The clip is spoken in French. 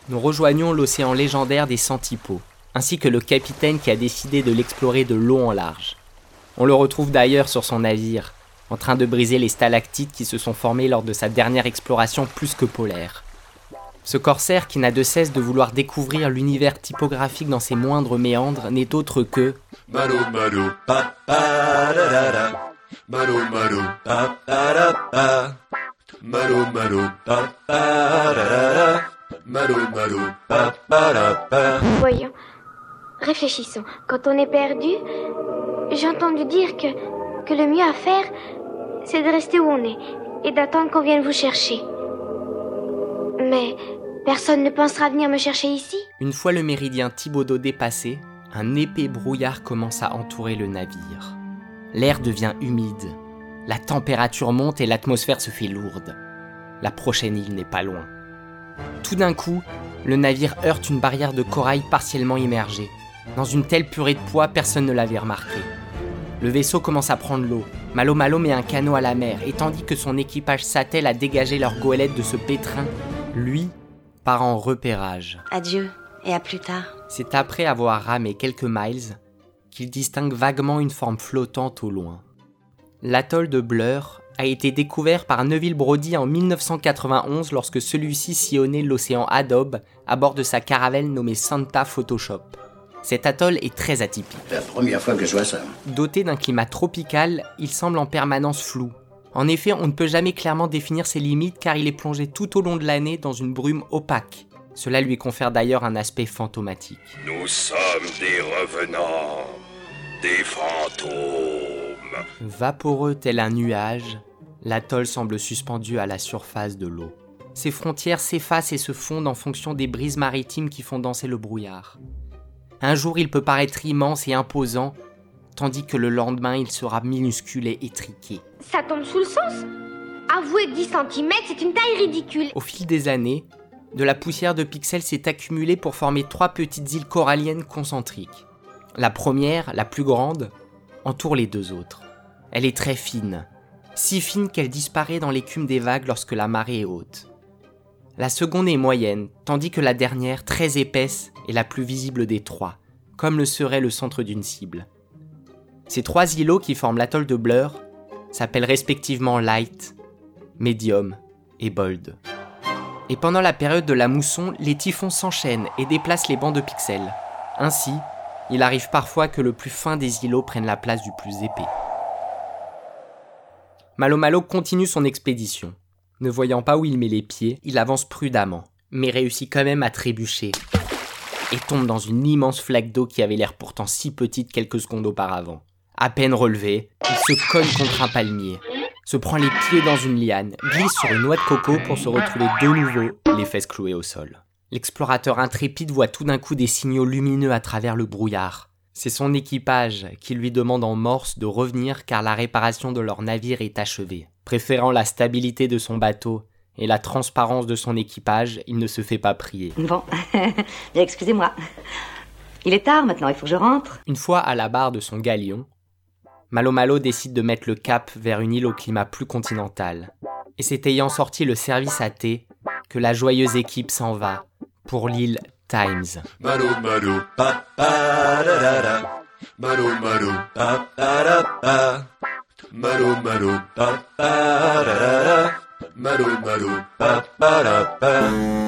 nous rejoignons l'océan légendaire des Centipos, ainsi que le capitaine qui a décidé de l'explorer de long en large. On le retrouve d'ailleurs sur son navire, en train de briser les stalactites qui se sont formées lors de sa dernière exploration plus que polaire. Ce corsaire qui n'a de cesse de vouloir découvrir l'univers typographique dans ses moindres méandres n'est autre que... Malo malo pa pa da da da. Malo malo pa pa da pa. Malo malo pa pa da da da. Malo malo pa pa da pa. Voyons, réfléchissons. Quand on est perdu, j'ai entendu dire que le mieux à faire, c'est de rester où on est et d'attendre qu'on vienne vous chercher. Mais personne ne pensera venir me chercher ici. Une fois le méridien Thibaudot dépassé, un épais brouillard commence à entourer le navire. L'air devient humide, la température monte et l'atmosphère se fait lourde. La prochaine île n'est pas loin. Tout d'un coup, le navire heurte une barrière de corail partiellement immergée. Dans une telle purée de poids, personne ne l'avait remarqué. Le vaisseau commence à prendre l'eau. Malo Malo met un canot à la mer, et tandis que son équipage s'attelle à dégager leur goélette de ce pétrin, lui part en repérage. Adieu, et à plus tard. C'est après avoir ramé quelques miles qu'il distingue vaguement une forme flottante au loin. L'atoll de Blur a été découvert par Neville Brody en 1991 lorsque celui-ci sillonnait l'océan Adobe à bord de sa caravelle nommée Santa Photoshop. Cet atoll est très atypique. C'est la première fois que je vois ça. Doté d'un climat tropical, il semble en permanence flou. En effet, on ne peut jamais clairement définir ses limites car il est plongé tout au long de l'année dans une brume opaque. Cela lui confère d'ailleurs un aspect fantomatique. Nous sommes des revenants, des fantômes. Vaporeux tel un nuage, l'atoll semble suspendu à la surface de l'eau. Ses frontières s'effacent et se fondent en fonction des brises maritimes qui font danser le brouillard. Un jour, il peut paraître immense et imposant, tandis que le lendemain, il sera minuscule et étriqué. Ça tombe sous le sens. Avouez que 10 cm, c'est une taille ridicule. Au fil des années, de la poussière de pixels s'est accumulée pour former 3 petites îles coralliennes concentriques. La première, la plus grande, entoure les 2 autres. Elle est très fine, si fine qu'elle disparaît dans l'écume des vagues lorsque la marée est haute. La seconde est moyenne, tandis que la dernière, très épaisse, est la plus visible des 3, comme le serait le centre d'une cible. Ces 3 îlots qui forment l'atoll de Blur s'appellent respectivement Light, Medium et Bold. Et pendant la période de la mousson, les typhons s'enchaînent et déplacent les bancs de pixels. Ainsi, il arrive parfois que le plus fin des îlots prenne la place du plus épais. Malo Malo continue son expédition. Ne voyant pas où il met les pieds, il avance prudemment, mais réussit quand même à trébucher et tombe dans une immense flaque d'eau qui avait l'air pourtant si petite quelques secondes auparavant. À peine relevé, il se cogne contre un palmier, se prend les pieds dans une liane, glisse sur une noix de coco pour se retrouver de nouveau les fesses clouées au sol. L'explorateur intrépide voit tout d'un coup des signaux lumineux à travers le brouillard. C'est son équipage qui lui demande en morse de revenir car la réparation de leur navire est achevée. Préférant la stabilité de son bateau et la transparence de son équipage, il ne se fait pas prier. Bon, bien excusez-moi. Il est tard maintenant, il faut que je rentre. Une fois à la barre de son galion, Malo Malo décide de mettre le cap vers une île au climat plus continental. Et c'est ayant sorti le service à thé que la joyeuse équipe s'en va pour l'île Times. Malo malo pa pa da da da. Malo malo pa pa da pa. Malo malo pa pa da da da. Malo malo pa pa da pa.